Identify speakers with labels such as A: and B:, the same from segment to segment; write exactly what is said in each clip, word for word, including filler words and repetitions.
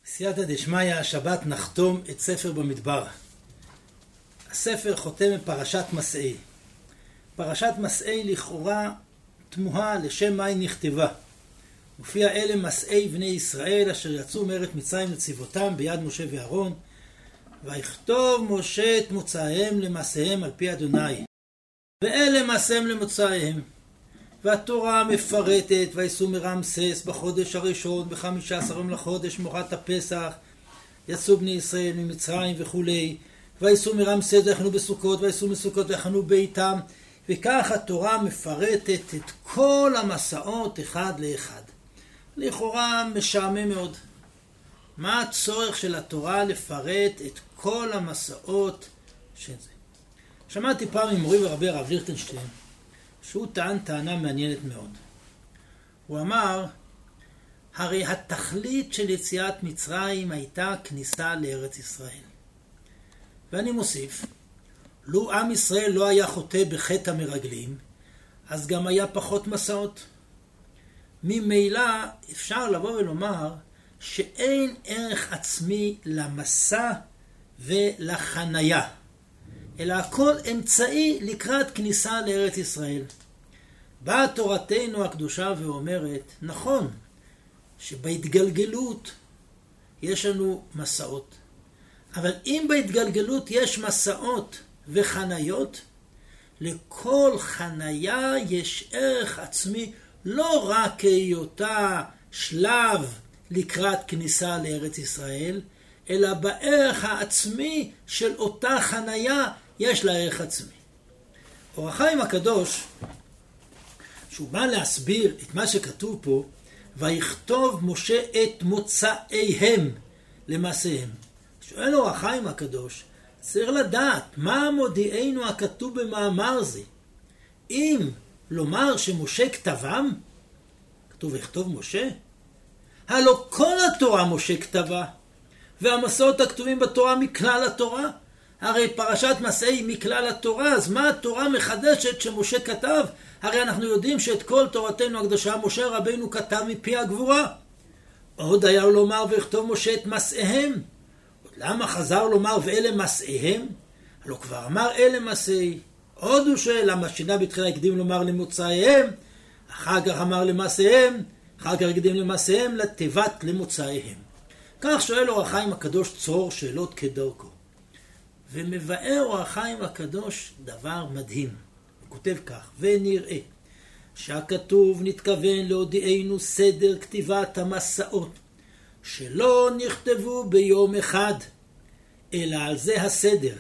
A: סייעתא דשמיא, השבת נחתום את ספר במדבר. הספר חותם בפרשת מסעי. פרשת מסעי לכאורה תמוהה לשם מה היא נכתבה. מופיע אלה מסעי בני ישראל אשר יצאו מארץ מצרים לצבאותם ביד משה ואהרון, ויכתוב משה את מוצאיהם למעשיהם על פי אדוני, ואלה מעשיהם למוצאיהם. והתורה מפרטת, ויסעו מרמסס בחודש הראשון בחמישה עשר יום לחודש מאוחרת הפסח, יצאו בני ישראל ממצרים וכולי, ויסעו מרמסס ויחנו בסוכות, ויסעו מסוכות ויחנו ביתם, וכך התורה מפרטת את כל המסעות אחד לאחד. לכאורה משעמם מאוד. מה הצורך של התורה לפרט את כל המסעות של זה? שמעתי פעם ממורי ורבי הרב ליכטנשטיין, שהוא טען טענה מעניינת מאוד. הוא אמר, הרי התכלית של יציאת מצרים הייתה כניסה לארץ ישראל. ואני מוסיף, לו עם ישראל לא היה חוטא בחטא המרגלים, אז גם היה פחות מסעות. ממילא אפשר לבוא ולומר שאין ערך עצמי למסע ולחנייה, אלא הכל אמצעי לקראת כניסה לארץ ישראל. באה תורתנו הקדושה ואומרת, נכון, שבהתגלגלות יש לנו מסעות, אבל אם בהתגלגלות יש מסעות וחניות, לכל חניה יש ערך עצמי, לא רק כהיותה שלב לקראת כניסה לארץ ישראל, אלא בערך העצמי של אותה חניה יש לה ערך עצמי. אור החיים הקדוש, שהוא בא להסביר את מה שכתוב פה, ויכתוב משה את מוצאיהם למעשיהם. שואל אור החיים הקדוש, צריך לדעת מה מודיענו הכתוב במאמר זה. אם לומר שמשה כתבם, כתוב ויכתוב משה, הלא כל התורה משה כתבה, והמסעות הכתובים בתורה מכלל התורה. הרי פרשת מסעי מכלל התורה, אז מה התורה מחדשת שמשה כתב? הרי אנחנו יודעים שאת כל תורתנו הקדושה משה רבינו כתב מפי הגבורה. עוד היה לומר ויכתוב משה את מסעיהם. עוד למה חזר לומר ואלה מסעיהם? הלא כבר אמר אלה מסעי. עוד הוא שואל למה שינה בתחילה הקדים לומר למוצאיהם, אחר כך אמר למעשיהם, אחר כך הקדים למעשיהם לתיבת למוצאיהם. כך שואל אור החיים הקדוש צרור שאלות כדרכו. ומבאר אור החיים הקדוש דבר מדהים. הוא כותב כך, ונראה שהכתוב נתכוון להודיענו סדר כתיבת המסעות, שלא נכתבו ביום אחד, אלא על זה הסדר,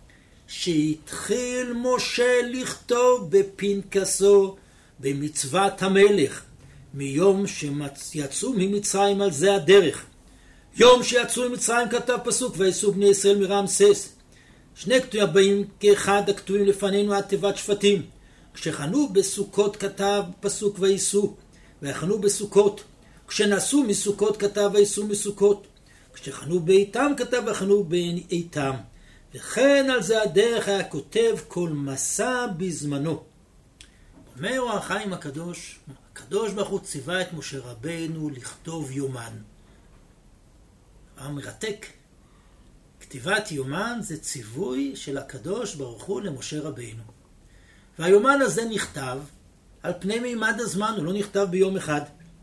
A: שהתחיל משה לכתוב בפנקסו במצוות המלך, מיום שיצאו ממצרים על זה הדרך. יום שיצאו ממצרים כתב פסוק, ויסעו בני ישראל מרמסס. שני כתובים הבאים כאחד הכתובים לפנינו עד תיבת שפטים. כשחנו בסוכות כתב פסוק ויסעו, ויחנו בסוכות. כשנסעו מסוכות כתב ויסעו מסוכות. כשחנו ביתם כתב ויחנו ביתם. וכן על זה הדרך היה כותב כל מסע בזמנו. אומר אור החיים הקדוש, הקדוש ברוך הוא ציווה את משה רבינו לכתוב יומן. דבר מרתק. כתיבת יומן זה ציווי של הקדוש ברוך הוא למשה רבינו. והיומן הזה נכתב על פני מימד הזמן, הוא לא נכתב ביום אחד.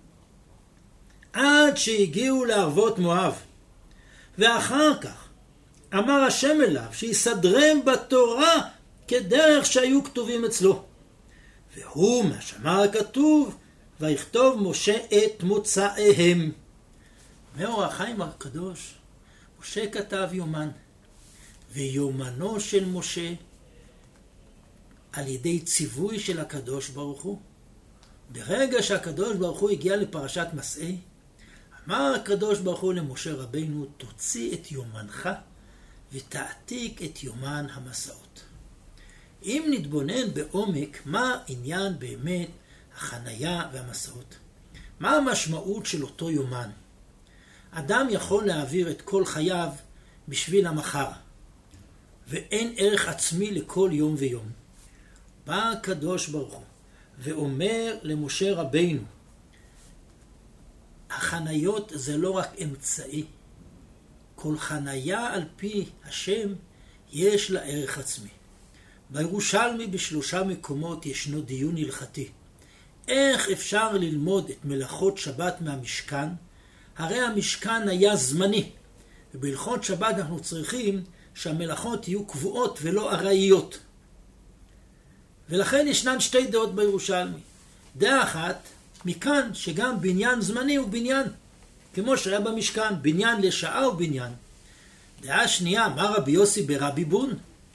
A: עד שהגיעו לערבות מואב. ואחר כך אמר השם אליו שיסדרם בתורה כדרך שהיו כתובים אצלו. והוא מה שאמר הכתוב, ויכתוב משה את מוצאיהם. מאור החיים הקדוש, משה כתב יומן, ויומנו של משה על ידי ציווי של הקדוש ברוך הוא. ברגע שהקדוש ברוך הוא הגיע לפרשת מסעי, אמר הקדוש ברוך הוא למשה רבינו, תוציא את יומנך ותעתיק את יומן המסעות. אם נתבונן בעומק מה עניין באמת החנייה והמסעות, מה המשמעות של אותו יומן? אדם יכול להעביר את כל חייו בשביל המחר, ואין ערך עצמי לכל יום ויום. בא הקדוש ברוך הוא ואומר למשה רבינו, החניות זה לא רק אמצעי, כל חניה על פי השם יש לה ערך עצמי. בירושלמי בשלושה מקומות ישנו דיון הלכתי. איך אפשר ללמוד את מלאכות שבת מהמשכן? הרי המשכן היה זמני, ובהלכות שבת אנחנו צריכים שהמלאכות יהיו קבועות ולא ארעיות. ולכן ישנן שתי דעות בירושלמי. דעה אחת, מכאן שגם בניין זמני הוא בניין, כמו שהיה במשכן, בניין לשעה הוא בניין. דעה שנייה, מה רבי יוסי ברבי בון?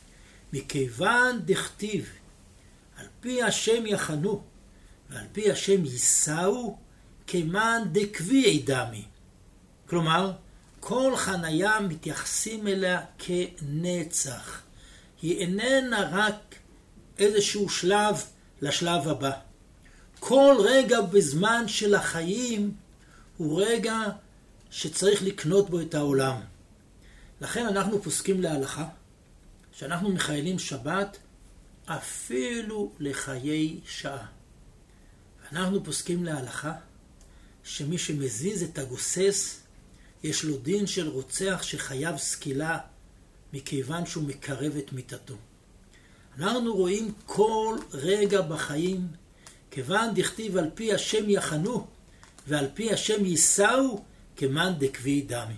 A: מכיוון דכתיב, על פי השם יחנו, ועל פי השם ייסעו, כמן דקביעי דמי. כלומר, כל חניה מתייחסים אליה כנצח. היא איננה רק איזשהו שלב לשלב הבא. כל רגע בזמן של החיים הוא רגע שצריך לקנות בו את העולם. לכן אנחנו פוסקים להלכה, שאנחנו מחיילים שבת אפילו לחיי שעה. אנחנו פוסקים להלכה שמי שמזיז את הגוסס, יש לו דין של רוצח שחייב סקילה מכיוון שהוא מקרב את מיתתו. אנחנו רואים כל רגע בחיים, כיוון דכתיב על פי השם יחנו ועל פי השם ייסעו כמן דקביעי דמי.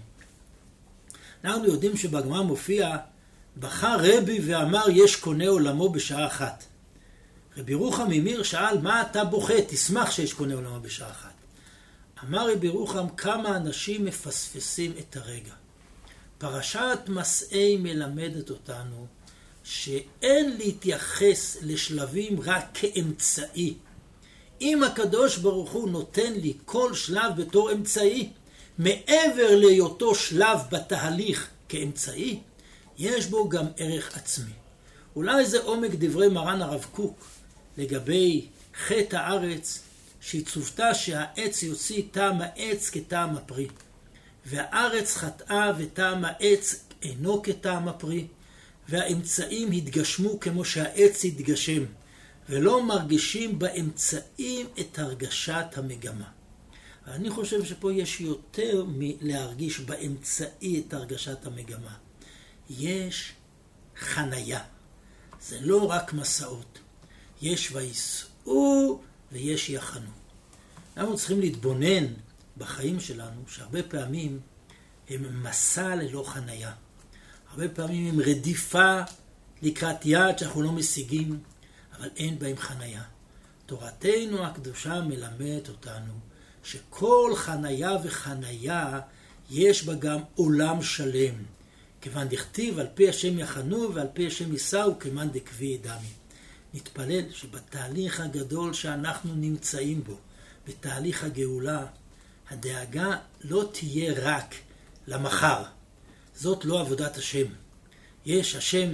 A: אנחנו יודעים שבגמרא מופיע, בכה רבי ואמר יש קונה עולמו בשעה אחת. רבי רוחם ממיר שאל, מה אתה בוכה? תשמח שיש קונה עולמו בשעה אחת. אמר רבי רוחם, כמה אנשים מפספסים את הרגע. פרשת מסעי מלמדת אותנו שאין להתייחס לשלבים רק כאמצעי. אם הקדוש ברוך הוא נותן לי כל שלב בתור אמצעי, מעבר להיותו שלב בתהליך כאמצעי, יש בו גם ערך עצמי. אולי זה עומק דברי מרן הרב קוק לגבי חטא הארץ, שהיא צוותה שהעץ יוציא טעם העץ כטעם הפרי. והארץ חטאה וטעם העץ אינו כטעם הפרי, והאמצעים התגשמו כמו שהעץ התגשם, ולא מרגישים באמצעים את הרגשת המגמה. אני חושב שפה יש יותר מלהרגיש באמצעי את הרגשת המגמה. יש חנייה. זה לא רק מסעות. יש וייסעו ויש יחנו. אנחנו צריכים להתבונן בחיים שלנו, שהרבה פעמים הם מסע ללא חנייה. הרבה פעמים הם רדיפה לקראת יד שאנחנו לא משיגים, אבל אין בהם חנייה. תורתנו הקדושה מלמדת אותנו שכל חנייה וחנייה יש בה גם עולם שלם. כיוון דכתיב על פי השם יחנו ועל פי השם ייסעו כמן דקביעי דמי. נתפלל שבתהליך הגדול שאנחנו נמצאים בו, בתהליך הגאולה, הדאגה לא תהיה רק למחר. זאת לא עבודת השם. יש השם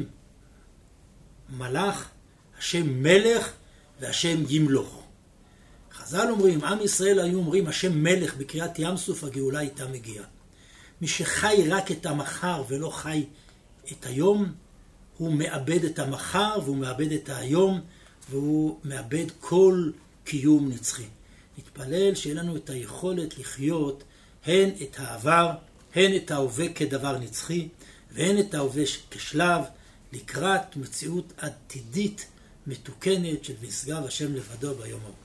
A: מלך, השם מלך והשם ימלוך. חז"ל אומרים, עם ישראל היו אומרים, השם מלך בקריאת ים סוף, הגאולה איתה מגיעה. מי שחי רק את המחר ולא חי את היום, הוא מאבד את המחר והוא מאבד את היום, והוא מאבד כל קיום נצחי. נתפלל שיהיה לנו את היכולת לחיות הן את העבר, הן את ההווה כדבר נצחי, והן את ההווה כשלב, לקראת מציאות עתידית מתוקנת של נשגב השם לבדו ביום ההוא.